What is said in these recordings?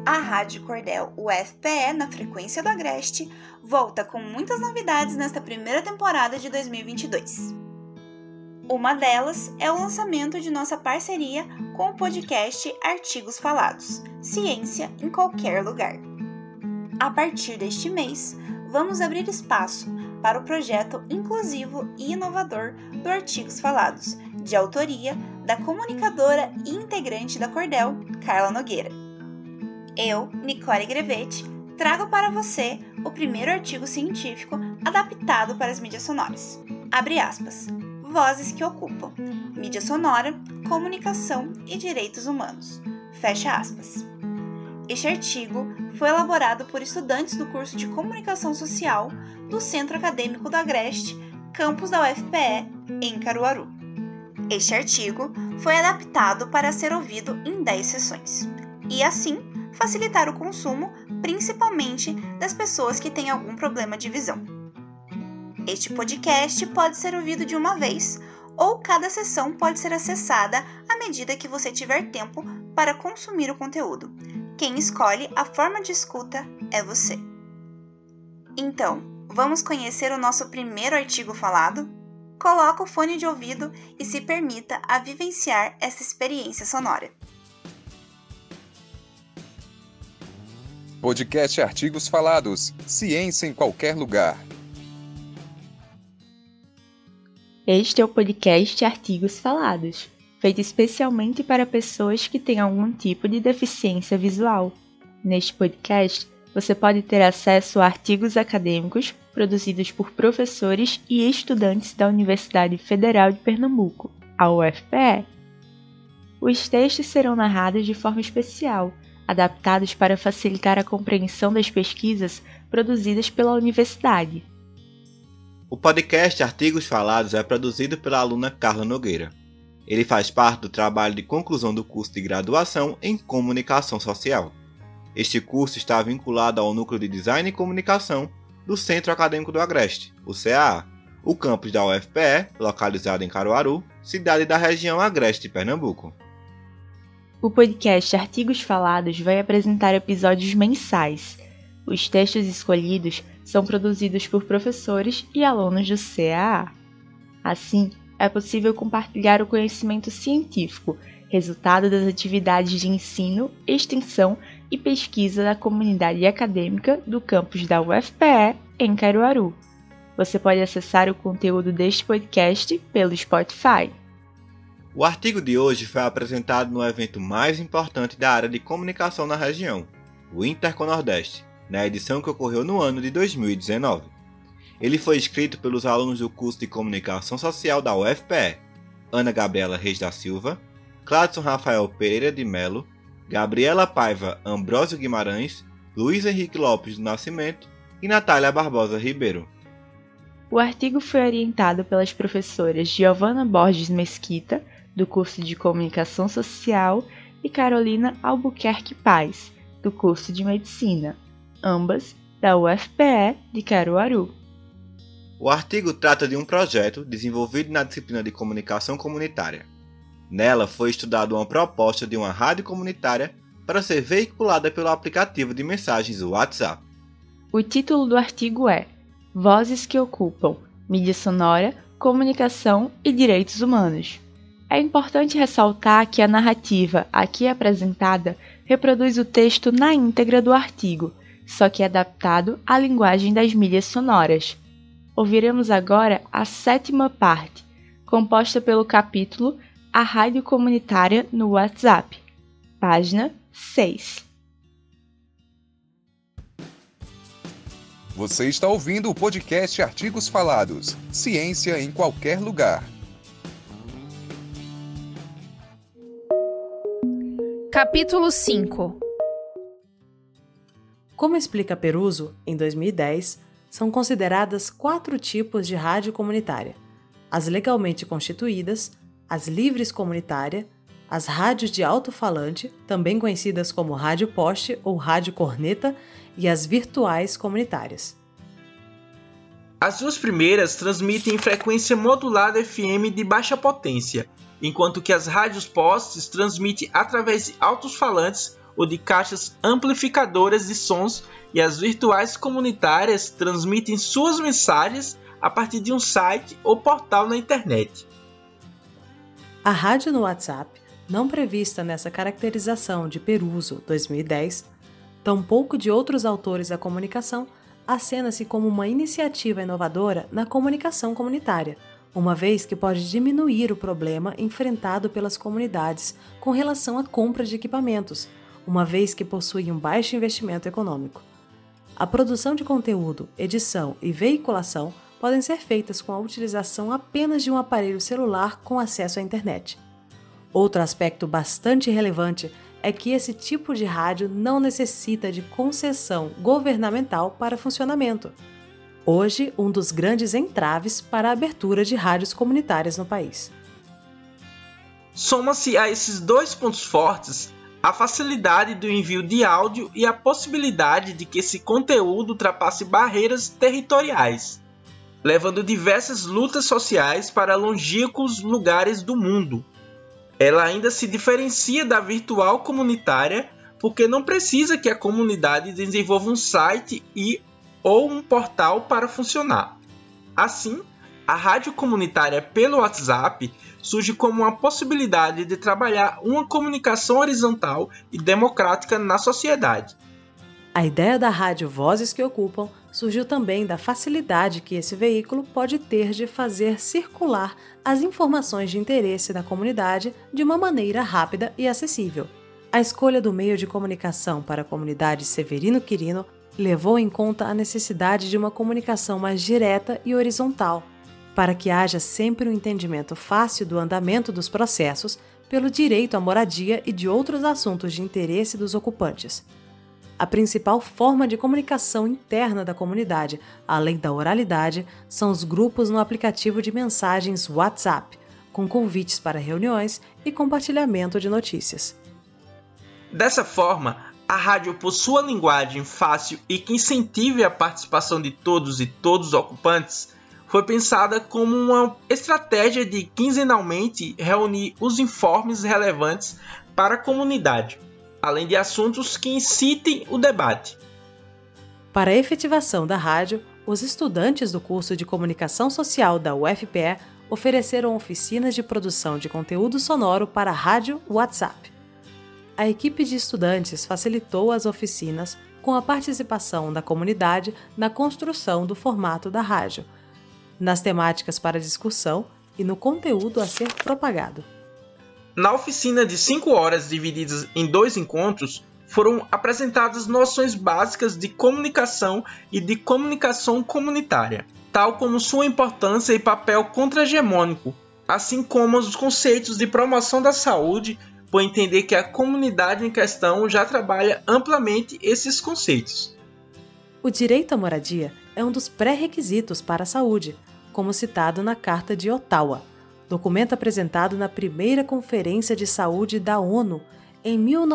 A Rádio Cordel UFPE, na frequência do Agreste, volta com muitas novidades nesta primeira temporada de 2022. Uma delas é o lançamento de nossa parceria com o podcast Artigos Falados, Ciência em Qualquer Lugar. A partir deste mês, vamos abrir espaço para o projeto inclusivo e inovador do Artigos Falados, de autoria da comunicadora e integrante da Cordel, Carla Nogueira. Eu, Nicole Grevetti, trago para você o primeiro artigo científico adaptado para as mídias sonoras. Abre aspas. Vozes que ocupam. Mídia sonora, comunicação e direitos humanos. Fecha aspas. Este artigo foi elaborado por estudantes do curso de Comunicação Social do Centro Acadêmico do Agreste, campus da UFPE, em Caruaru. Este artigo foi adaptado para ser ouvido em 10 sessões, e assim facilitar o consumo, principalmente das pessoas que têm algum problema de visão. Este podcast pode ser ouvido de uma vez, ou cada sessão pode ser acessada à medida que você tiver tempo para consumir o conteúdo. Quem escolhe a forma de escuta é você. Então, vamos conhecer o nosso primeiro artigo falado? Coloque o fone de ouvido e se permita a vivenciar essa experiência sonora. Podcast Artigos Falados. Ciência em qualquer lugar. Este é o podcast Artigos Falados, feito especialmente para pessoas que têm algum tipo de deficiência visual. Neste podcast, você pode ter acesso a artigos acadêmicos produzidos por professores e estudantes da Universidade Federal de Pernambuco, a UFPE. Os textos serão narrados de forma especial, adaptados para facilitar a compreensão das pesquisas produzidas pela universidade. O podcast Artigos Falados é produzido pela aluna Carla Nogueira. Ele faz parte do trabalho de conclusão do curso de graduação em Comunicação Social. Este curso está vinculado ao Núcleo de Design e Comunicação do Centro Acadêmico do Agreste, o CAA, o campus da UFPE, localizado em Caruaru, cidade da região Agreste de Pernambuco. O podcast Artigos Falados vai apresentar episódios mensais. Os textos escolhidos são produzidos por professores e alunos do CAA. Assim, é possível compartilhar o conhecimento científico, resultado das atividades de ensino, extensão e pesquisa da comunidade acadêmica do campus da UFPE em Caruaru. Você pode acessar o conteúdo deste podcast pelo Spotify. O artigo de hoje foi apresentado no evento mais importante da área de comunicação na região, o Interconordeste, na edição que ocorreu no ano de 2019. Ele foi escrito pelos alunos do curso de Comunicação Social da UFPE, Ana Gabriela Reis da Silva, Cladson Rafael Pereira de Melo, Gabriela Paiva Ambrósio Guimarães, Luiz Henrique Lopes do Nascimento e Natália Barbosa Ribeiro. O artigo foi orientado pelas professoras Giovana Borges Mesquita, do curso de Comunicação Social, e Carolina Albuquerque Paz, do curso de Medicina, ambas da UFPE de Caruaru. O artigo trata de um projeto desenvolvido na disciplina de Comunicação Comunitária. Nela foi estudada uma proposta de uma rádio comunitária para ser veiculada pelo aplicativo de mensagens WhatsApp. O título do artigo é Vozes que ocupam, mídia sonora, comunicação e direitos humanos. É importante ressaltar que a narrativa aqui apresentada reproduz o texto na íntegra do artigo, só que é adaptado à linguagem das mídias sonoras. Ouviremos agora a 7ª parte, composta pelo capítulo A Rádio Comunitária no WhatsApp, página 6. Você está ouvindo o podcast Artigos Falados. Ciência em qualquer lugar. Capítulo 5. Como explica Peruso, em 2010, são consideradas 4 tipos de rádio comunitária: as legalmente constituídas, as livres comunitária, as rádios de alto-falante, também conhecidas como rádio poste ou rádio corneta, e as virtuais comunitárias. As duas primeiras transmitem em frequência modulada FM de baixa potência, enquanto que as rádios postes transmitem através de altos-falantes ou de caixas amplificadoras de sons, e as virtuais comunitárias transmitem suas mensagens a partir de um site ou portal na internet. A rádio no WhatsApp, não prevista nessa caracterização de Peruso 2010, tampouco de outros autores da comunicação, acena-se como uma iniciativa inovadora na comunicação comunitária, uma vez que pode diminuir o problema enfrentado pelas comunidades com relação à compra de equipamentos, uma vez que possui um baixo investimento econômico. A produção de conteúdo, edição e veiculação podem ser feitas com a utilização apenas de um aparelho celular com acesso à internet. Outro aspecto bastante relevante é que esse tipo de rádio não necessita de concessão governamental para funcionamento. Hoje, um dos grandes entraves para a abertura de rádios comunitárias no país. Soma-se a esses dois pontos fortes a facilidade do envio de áudio e a possibilidade de que esse conteúdo ultrapasse barreiras territoriais, levando diversas lutas sociais para longínquos lugares do mundo. Ela ainda se diferencia da virtual comunitária porque não precisa que a comunidade desenvolva um site ou um portal para funcionar. Assim, a rádio comunitária pelo WhatsApp surge como uma possibilidade de trabalhar uma comunicação horizontal e democrática na sociedade. A ideia da rádio Vozes que Ocupam surgiu também da facilidade que esse veículo pode ter de fazer circular as informações de interesse da comunidade de uma maneira rápida e acessível. A escolha do meio de comunicação para a comunidade Severino Quirino levou em conta a necessidade de uma comunicação mais direta e horizontal, para que haja sempre um entendimento fácil do andamento dos processos pelo direito à moradia e de outros assuntos de interesse dos ocupantes. A principal forma de comunicação interna da comunidade, além da oralidade, são os grupos no aplicativo de mensagens WhatsApp, com convites para reuniões e compartilhamento de notícias. Dessa forma, a rádio, por sua linguagem fácil e que incentive a participação de todos e todos os ocupantes, foi pensada como uma estratégia de quinzenalmente reunir os informes relevantes para a comunidade, além de assuntos que incitem o debate. Para a efetivação da rádio, os estudantes do curso de Comunicação Social da UFPE ofereceram oficinas de produção de conteúdo sonoro para a rádio WhatsApp. A equipe de estudantes facilitou as oficinas com a participação da comunidade na construção do formato da rádio, nas temáticas para discussão e no conteúdo a ser propagado. Na oficina de 5 horas divididas em 2 encontros, foram apresentadas noções básicas de comunicação e de comunicação comunitária, tal como sua importância e papel contra-hegemônico, assim como os conceitos de promoção da saúde, por entender que a comunidade em questão já trabalha amplamente esses conceitos. O direito à moradia é um dos pré-requisitos para a saúde, como citado na Carta de Ottawa, documento apresentado na primeira Conferência de Saúde da ONU em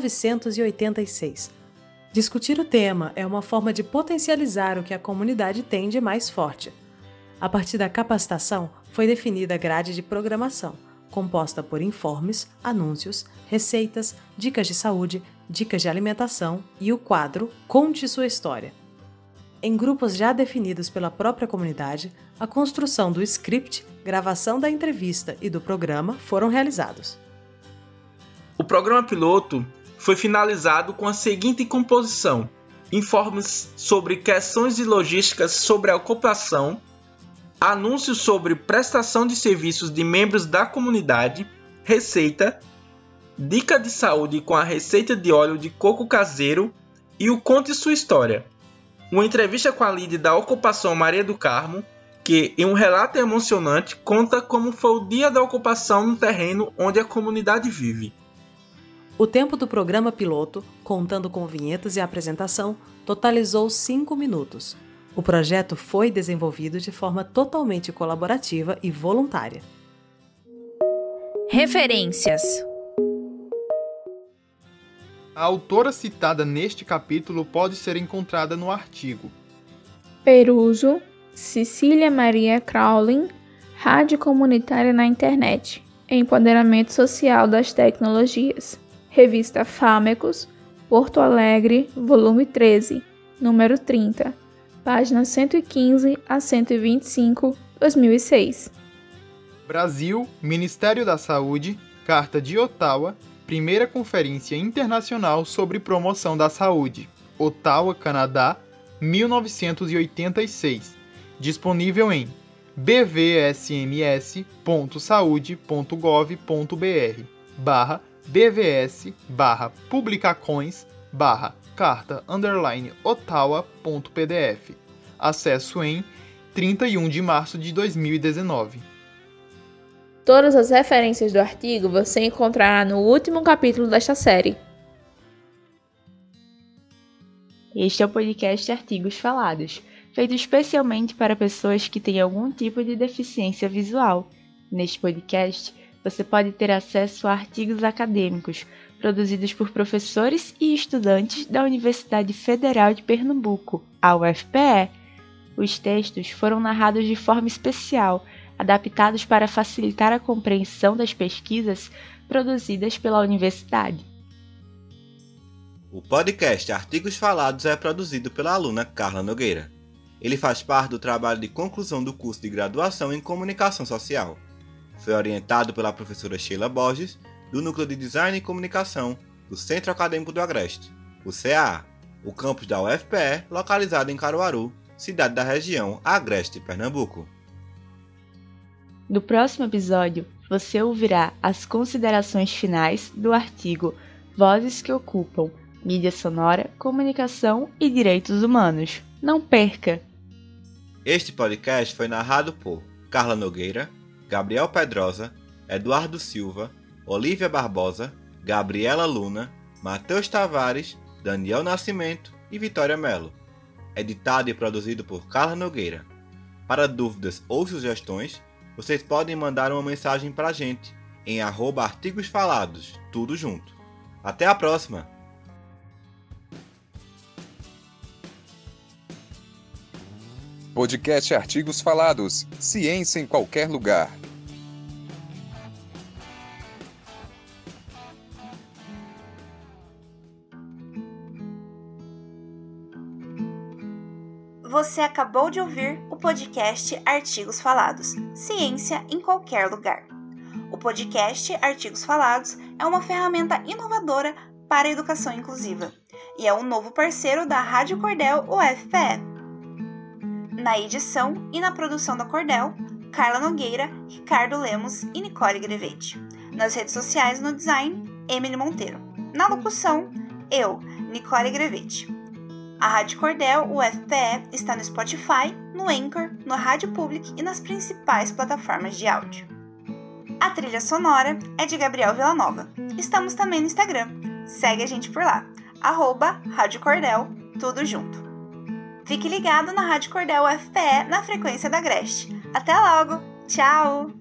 1986. Discutir o tema é uma forma de potencializar o que a comunidade tem de mais forte. A partir da capacitação, foi definida a grade de programação, composta por informes, anúncios, receitas, dicas de saúde, dicas de alimentação e o quadro Conte Sua História. Em grupos já definidos pela própria comunidade, a construção do script, gravação da entrevista e do programa foram realizados. O programa piloto foi finalizado com a seguinte composição: informes sobre questões e logísticas sobre a ocupação, anúncios sobre prestação de serviços de membros da comunidade, receita, dica de saúde com a receita de óleo de coco caseiro e o Conte Sua História. Uma entrevista com a líder da ocupação Maria do Carmo, que, em um relato emocionante, conta como foi o dia da ocupação no terreno onde a comunidade vive. O tempo do programa piloto, contando com vinhetas e apresentação, totalizou 5 minutos. O projeto foi desenvolvido de forma totalmente colaborativa e voluntária. Referências. A autora citada neste capítulo pode ser encontrada no artigo Peruso, Cecília Maria Crowlin, Rádio Comunitária na Internet, Empoderamento Social das Tecnologias, Revista Fámecos, Porto Alegre, volume 13, número 30, páginas 115 a 125, 2006. Brasil, Ministério da Saúde, Carta de Ottawa, Primeira Conferência Internacional sobre Promoção da Saúde, Ottawa, Canadá, 1986, disponível em bvsms.saude.gov.br/bvs/publicacões/carta_ottawa.pdf. Acesso em 31 de março de 2019. Todas as referências do artigo você encontrará no último capítulo desta série. Este é o podcast Artigos Falados, feito especialmente para pessoas que têm algum tipo de deficiência visual. Neste podcast, você pode ter acesso a artigos acadêmicos, produzidos por professores e estudantes da Universidade Federal de Pernambuco, a UFPE. Os textos foram narrados de forma especial, adaptados para facilitar a compreensão das pesquisas produzidas pela universidade. O podcast Artigos Falados é produzido pela aluna Carla Nogueira. Ele faz parte do trabalho de conclusão do curso de graduação em Comunicação Social. Foi orientado pela professora Sheila Borges, do Núcleo de Design e Comunicação do Centro Acadêmico do Agreste, o CAA, o campus da UFPE, localizado em Caruaru, cidade da região Agreste, Pernambuco. No próximo episódio, você ouvirá as considerações finais do artigo Vozes que Ocupam Mídia Sonora, Comunicação e Direitos Humanos. Não perca! Este podcast foi narrado por Carla Nogueira, Gabriel Pedrosa, Eduardo Silva, Olívia Barbosa, Gabriela Luna, Matheus Tavares, Daniel Nascimento e Vitória Melo. Editado e produzido por Carla Nogueira. Para dúvidas ou sugestões, vocês podem mandar uma mensagem pra gente em @artigosfalados, tudo junto. Até a próxima! Podcast Artigos Falados. Ciência em qualquer lugar. Você acabou de ouvir o podcast Artigos Falados. Ciência em qualquer lugar. O podcast Artigos Falados é uma ferramenta inovadora para a educação inclusiva e é um novo parceiro da Rádio Cordel UFPE. Na edição e na produção da Cordel, Carla Nogueira, Ricardo Lemos e Nicole Grevete. Nas redes sociais no design, Emily Monteiro. Na locução, eu, Nicole Grevete. A Rádio Cordel UFPE está no Spotify, no Anchor, no Rádio Public e nas principais plataformas de áudio. A trilha sonora é de Gabriel Villanova. Estamos também no Instagram. Segue a gente por lá. @Rádio Cordel, tudo junto. Fique ligado na Rádio Cordel UFPE na frequência da Agreste. Até logo! Tchau!